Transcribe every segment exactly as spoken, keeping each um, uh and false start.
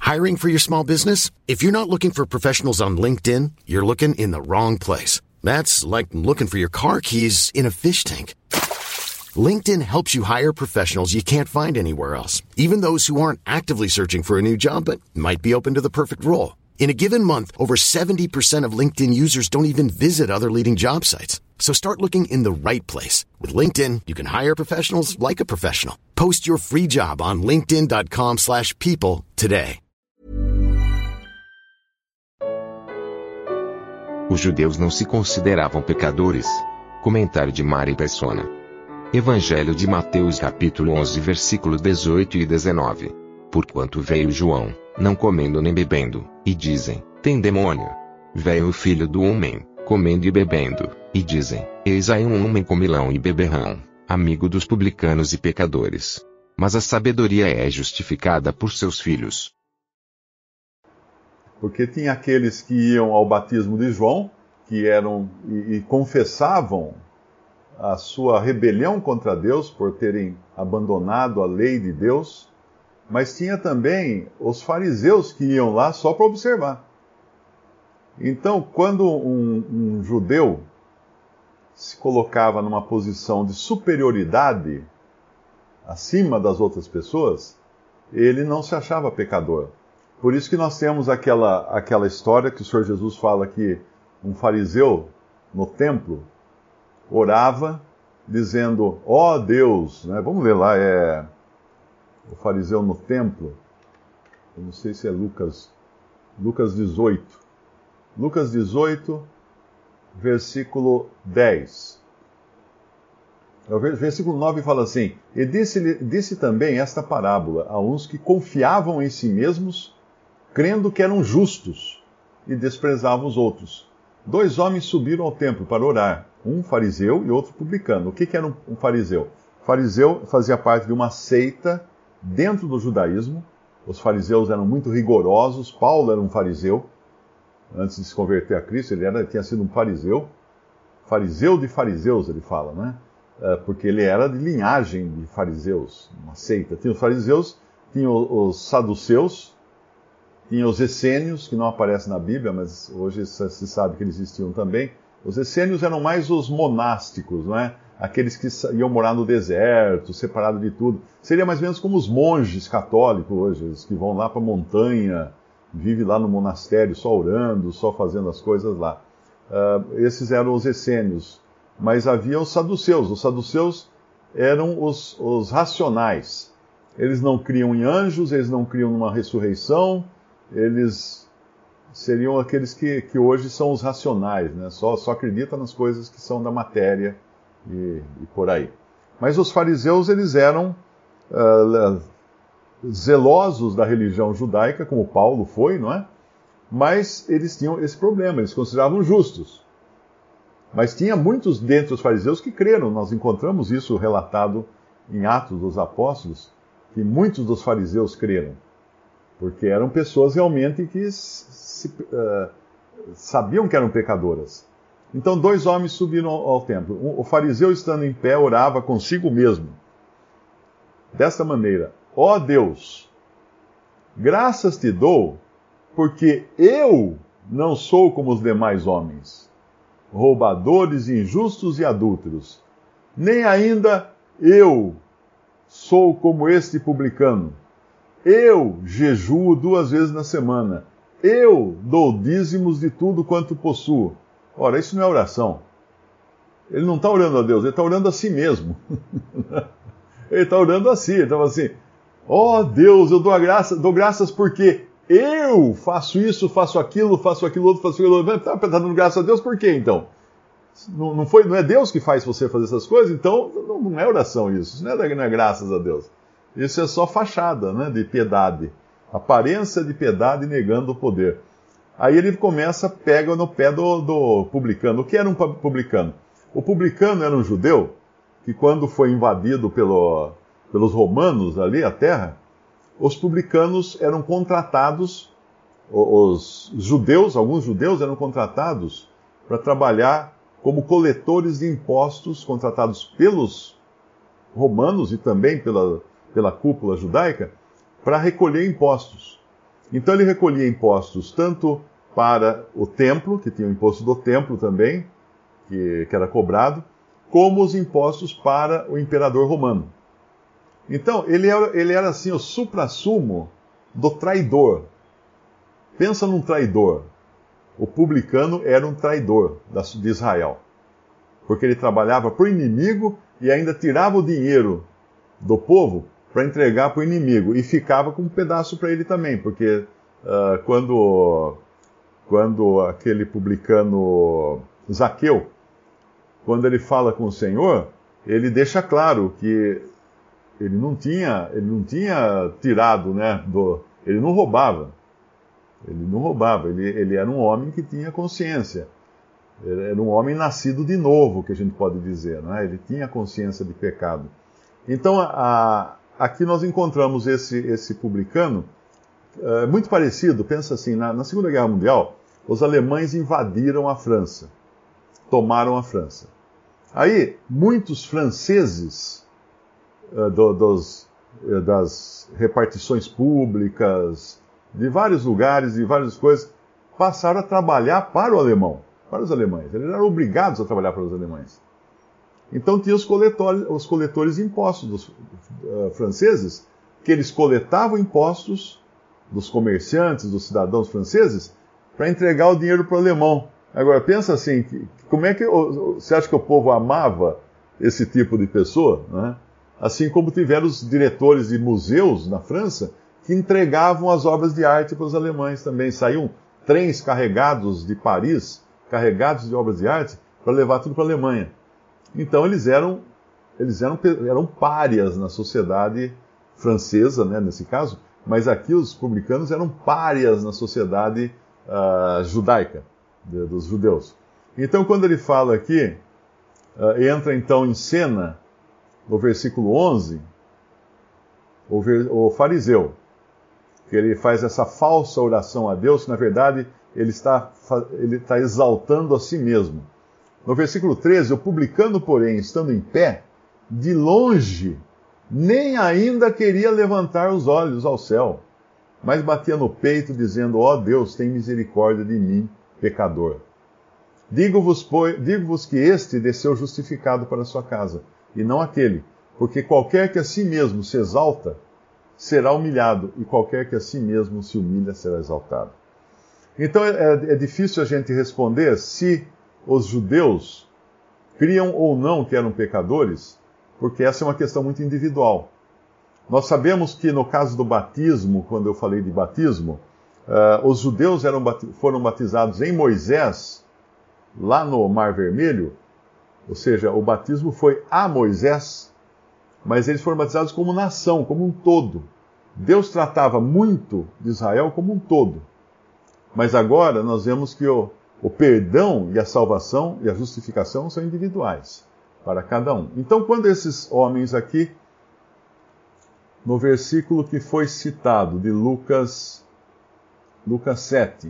Hiring for your small business? If you're not looking for professionals on LinkedIn, you're looking in the wrong place. That's like looking for your car keys in a fish tank. LinkedIn helps you hire professionals you can't find anywhere else, even those who aren't actively searching for a new job but might be open to the perfect role. In a given month, over seventy percent of LinkedIn users don't even visit other leading job sites. So start looking in the right place. With LinkedIn, you can hire professionals like a professional. Post your free job on linkedin dot com slash people today. Os judeus não se consideravam pecadores. Comentário de Mari Persona. Evangelho de Mateus capítulo onze versículo dezoito e dezenove. Porquanto veio João, não comendo nem bebendo, e dizem, tem demônio. Veio o filho do homem, comendo e bebendo, e dizem, eis aí um homem comilão e beberrão, amigo dos publicanos e pecadores. Mas a sabedoria é justificada por seus filhos. Porque tinha aqueles que iam ao batismo de João, que eram e, e confessavam a sua rebelião contra Deus por terem abandonado a lei de Deus, mas tinha também os fariseus que iam lá só para observar. Então, quando um, um judeu se colocava numa posição de superioridade acima das outras pessoas, ele não se achava pecador. Por isso que nós temos aquela, aquela história que o Senhor Jesus fala que um fariseu no templo orava dizendo, ó oh, Deus, né? Vamos ler lá, é o fariseu no templo, eu não sei se é Lucas, Lucas dezoito. Lucas dezoito, versículo dez. O versículo nove fala assim, e disse, disse também esta parábola a uns que confiavam em si mesmos, crendo que eram justos, e desprezavam os outros. Dois homens subiram ao templo para orar, um fariseu e outro publicano. O que, que era um, um fariseu? O fariseu fazia parte de uma seita dentro do judaísmo. Os fariseus eram muito rigorosos. Paulo era um fariseu. Antes de se converter a Cristo, ele era, tinha sido um fariseu. Fariseu de fariseus, ele fala, né? Porque ele era de linhagem de fariseus, uma seita. Tinha os fariseus, tinha os saduceus, tinha os essênios, que não aparecem na Bíblia, mas hoje se sabe que eles existiam também. Os essênios eram mais os monásticos, não é? Aqueles que iam morar no deserto, separados de tudo. Seria mais ou menos como os monges católicos hoje, os que vão lá para a montanha, vivem lá no monastério só orando, só fazendo as coisas lá. Uh, esses eram os essênios. Mas havia os saduceus. Os saduceus eram os, os racionais. Eles não criam em anjos, eles não criam numa ressurreição, eles seriam aqueles que, que hoje são os racionais, né? Só, só acreditam nas coisas que são da matéria e, e por aí. Mas os fariseus, eles eram uh, zelosos da religião judaica, como Paulo foi, não é? Mas eles tinham esse problema, eles se consideravam justos. Mas tinha muitos dentre os fariseus que creram. Nós encontramos isso relatado em Atos dos Apóstolos, que muitos dos fariseus creram. Porque eram pessoas realmente que se, uh, sabiam que eram pecadoras. Então dois homens subiram ao, ao templo. O fariseu, estando em pé, orava consigo mesmo. Desta maneira, ó Deus, graças te dou, porque eu não sou como os demais homens, roubadores, injustos e adúlteros. Nem ainda eu sou como este publicano. Eu jejuo duas vezes na semana. Eu dou dízimos de tudo quanto possuo. Ora, isso não é oração. Ele não está orando a Deus, ele está orando a si mesmo. Ele está orando a si. Ele estava assim, ó oh, Deus, eu dou, a graça, dou graças porque eu faço isso, faço aquilo, faço aquilo outro, faço aquilo outro. Está dando graças a Deus por quê, então? Não, não, foi, não é Deus que faz você fazer essas coisas? Então, não, não é oração isso. Isso não é, não é graças a Deus. Isso é só fachada, né, de piedade. Aparência de piedade negando o poder. Aí ele começa, pega no pé do, do publicano. O que era um publicano? O publicano era um judeu que, quando foi invadido pelo, pelos romanos ali, a terra, os publicanos eram contratados, os judeus, alguns judeus eram contratados para trabalhar como coletores de impostos, contratados pelos romanos e também pela, pela cúpula judaica, para recolher impostos. Então ele recolhia impostos tanto para o templo, que tinha o imposto do templo também, que, que era cobrado, como os impostos para o imperador romano. Então, ele era, ele era assim o suprassumo do traidor. Pensa num traidor. O publicano era um traidor de Israel. Porque ele trabalhava para o inimigo e ainda tirava o dinheiro do povo para entregar para o inimigo. E ficava com um pedaço para ele também. Porque uh, quando, quando aquele publicano Zaqueu, quando ele fala com o Senhor, ele deixa claro que ele não tinha, ele não tinha tirado, né, do, ele não roubava. Ele não roubava, ele, ele era um homem que tinha consciência. Ele era um homem nascido de novo, que a gente pode dizer, não é? Ele tinha consciência de pecado. Então, a, aqui nós encontramos esse, esse publicano, uh, muito parecido, pensa assim, na, na Segunda Guerra Mundial, os alemães invadiram a França, tomaram a França. Aí, muitos franceses uh, do, dos, uh, das repartições públicas, de vários lugares, de várias coisas, passaram a trabalhar para o alemão, para os alemães. Eles eram obrigados a trabalhar para os alemães. Então tinha os coletores, os coletores de impostos dos uh, franceses, que eles coletavam impostos dos comerciantes, dos cidadãos franceses, para entregar o dinheiro para o alemão. Agora, pensa assim, como é que você acha que o povo amava esse tipo de pessoa? Né? Assim como tiveram os diretores de museus na França, que entregavam as obras de arte para os alemães também. Saíam trens carregados de Paris, carregados de obras de arte, para levar tudo para a Alemanha. Então eles eram, eles eram, eram párias na sociedade francesa, né, nesse caso, mas aqui os publicanos eram párias na sociedade uh, judaica, de, dos judeus. Então quando ele fala aqui, uh, entra então em cena, no versículo onze, o, ver, o fariseu, que ele faz essa falsa oração a Deus, que na verdade ele está, ele está exaltando a si mesmo. No versículo treze, o publicano, porém, estando em pé, de longe, nem ainda queria levantar os olhos ao céu, mas batia no peito, dizendo: ó Deus, tem misericórdia de mim, pecador. Digo-vos, pois, digo-vos que este desceu justificado para a sua casa, e não aquele, porque qualquer que a si mesmo se exalta, será humilhado, e qualquer que a si mesmo se humilha será exaltado. Então é, é difícil a gente responder se os judeus criam ou não que eram pecadores, porque essa é uma questão muito individual. Nós sabemos que no caso do batismo, quando eu falei de batismo, uh, os judeus eram, foram batizados em Moisés, lá no Mar Vermelho, ou seja, o batismo foi a Moisés, mas eles foram batizados como nação, como um todo. Deus tratava muito de Israel como um todo. Mas agora nós vemos que o, o perdão e a salvação e a justificação são individuais para cada um. Então, quando esses homens aqui, no versículo que foi citado de Lucas, Lucas sete,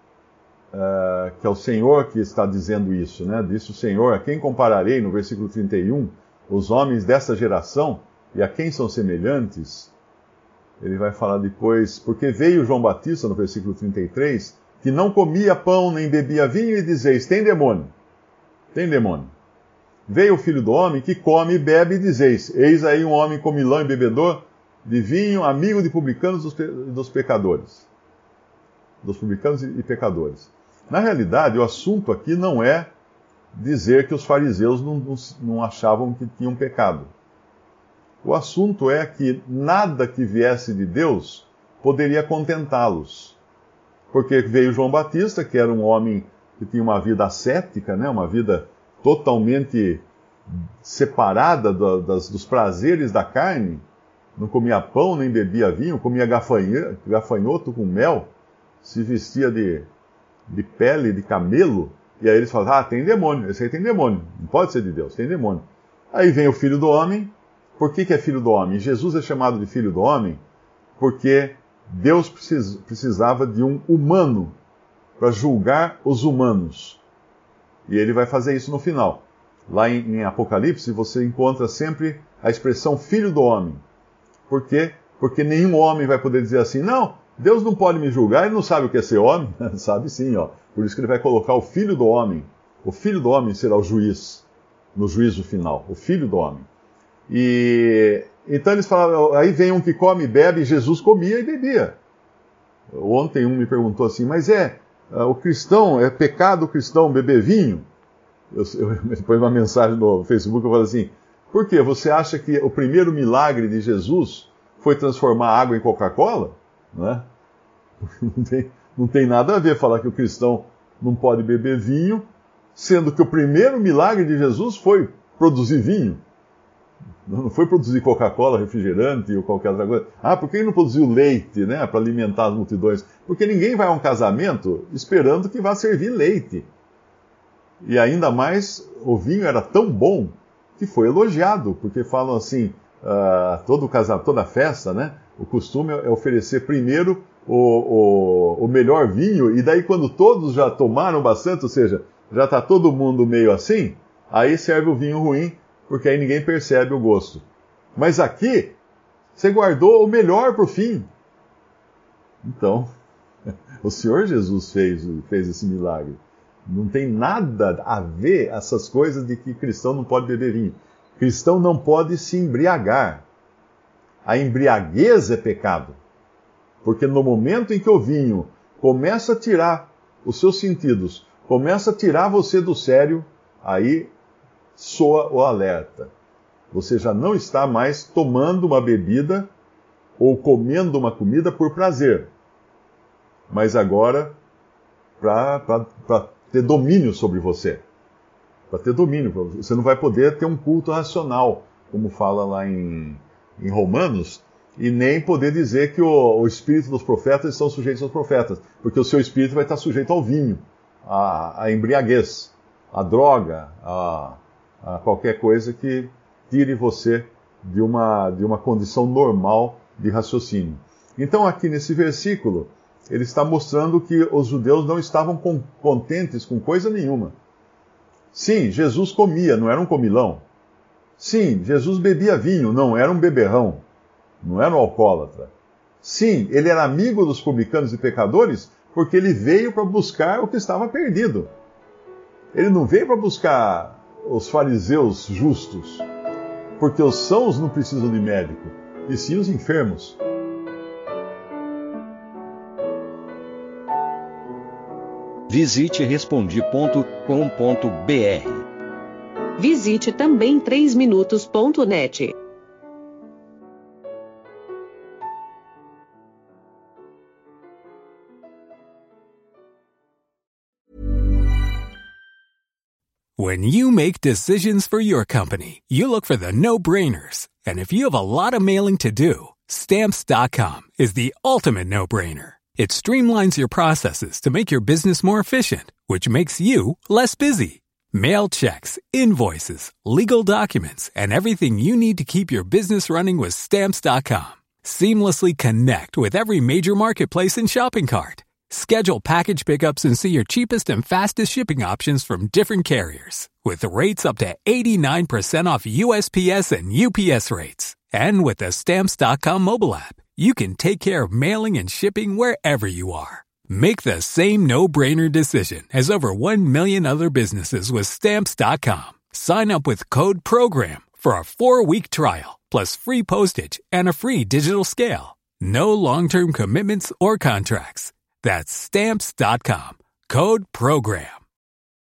uh, que é o Senhor que está dizendo isso, né? Disse o Senhor: a quem compararei, no versículo trinta e um, os homens dessa geração, e a quem são semelhantes? Ele vai falar depois: porque veio João Batista, no versículo trinta e três, que não comia pão nem bebia vinho, e dizeis: tem demônio, tem demônio. Veio o Filho do Homem, que come e bebe, e dizeis: eis aí um homem comilão e bebedor de vinho, amigo de publicanos e dos pecadores. Dos publicanos e pecadores. Na realidade, o assunto aqui não é dizer que os fariseus não, não, não achavam que tinham pecado. O assunto é que nada que viesse de Deus poderia contentá-los. Porque veio João Batista, que era um homem que tinha uma vida ascética, né? Uma vida totalmente separada do, das, dos prazeres da carne, não comia pão nem bebia vinho, comia gafanhoto, gafanhoto com mel, se vestia de, de pele de camelo, e aí eles falam: ah, tem demônio, esse aí tem demônio, não pode ser de Deus, tem demônio. Aí vem o Filho do Homem. Por que que é Filho do Homem? Jesus é chamado de Filho do Homem porque Deus precis, precisava de um humano para julgar os humanos. E ele vai fazer isso no final. Lá em, em Apocalipse você encontra sempre a expressão Filho do Homem. Por quê? Porque nenhum homem vai poder dizer assim: não, Deus não pode me julgar, ele não sabe o que é ser homem? Sabe sim, ó. Por isso que ele vai colocar o Filho do Homem. O Filho do Homem será o juiz, no juízo final. O Filho do Homem. E então eles falaram, aí vem um que come e bebe, e Jesus comia e bebia. Ontem um me perguntou assim, mas é, o cristão, é pecado o cristão beber vinho? Eu, eu depois uma mensagem no Facebook, eu falei assim, por quê? Você acha que o primeiro milagre de Jesus foi transformar água em Coca-Cola? Não é? Não tem, não tem nada a ver falar que o cristão não pode beber vinho, sendo que o primeiro milagre de Jesus foi produzir vinho. Não foi produzir Coca-Cola, refrigerante ou qualquer outra coisa. Ah, por que ele não produziu leite, né, para alimentar as multidões? Porque ninguém vai a um casamento esperando que vá servir leite. E ainda mais, o vinho era tão bom que foi elogiado, porque falam assim, uh, todo casamento, toda festa, né, o costume é oferecer primeiro o, o, o melhor vinho, e daí quando todos já tomaram bastante, ou seja, já está todo mundo meio assim, aí serve o vinho ruim, porque aí ninguém percebe o gosto. Mas aqui, você guardou o melhor para o fim. Então, o Senhor Jesus fez, fez esse milagre. Não tem nada a ver essas coisas de que cristão não pode beber vinho. Cristão não pode se embriagar. A embriaguez é pecado. Porque no momento em que o vinho começa a tirar os seus sentidos, começa a tirar você do sério, aí soa o alerta. Você já não está mais tomando uma bebida ou comendo uma comida por prazer, mas agora para ter domínio sobre você. Para ter domínio. Você não vai poder ter um culto racional, como fala lá em, em Romanos, e nem poder dizer que o, o espírito dos profetas estão sujeitos aos profetas, porque o seu espírito vai estar sujeito ao vinho, à, à embriaguez, à droga, a a qualquer coisa que tire você de uma, de uma condição normal de raciocínio. Então aqui nesse versículo, ele está mostrando que os judeus não estavam com, contentes com coisa nenhuma. Sim, Jesus comia, não era um comilão. Sim, Jesus bebia vinho, não era um beberrão, não era um alcoólatra. Sim, ele era amigo dos publicanos e pecadores, porque ele veio para buscar o que estava perdido. Ele não veio para buscar os fariseus justos, porque os sãos não precisam de médico, e sim os enfermos. Visite respondi ponto com ponto br. Visite também três minutos ponto net. When you make decisions for your company, you look for the no-brainers. And if you have a lot of mailing to do, Stamps dot com is the ultimate no-brainer. It streamlines your processes to make your business more efficient, which makes you less busy. Mail checks, invoices, legal documents, and everything you need to keep your business running with Stamps dot com. Seamlessly connect with every major marketplace and shopping cart. Schedule package pickups and see your cheapest and fastest shipping options from different carriers, with rates up to eighty-nine percent off U S P S and U P S rates. And with the Stamps dot com mobile app, you can take care of mailing and shipping wherever you are. Make the same no-brainer decision as over one million other businesses with Stamps dot com. Sign up with code PROGRAM for a four-week trial, plus free postage and a free digital scale. No long-term commitments or contracts. That's Stamps dot com. Code PROGRAM.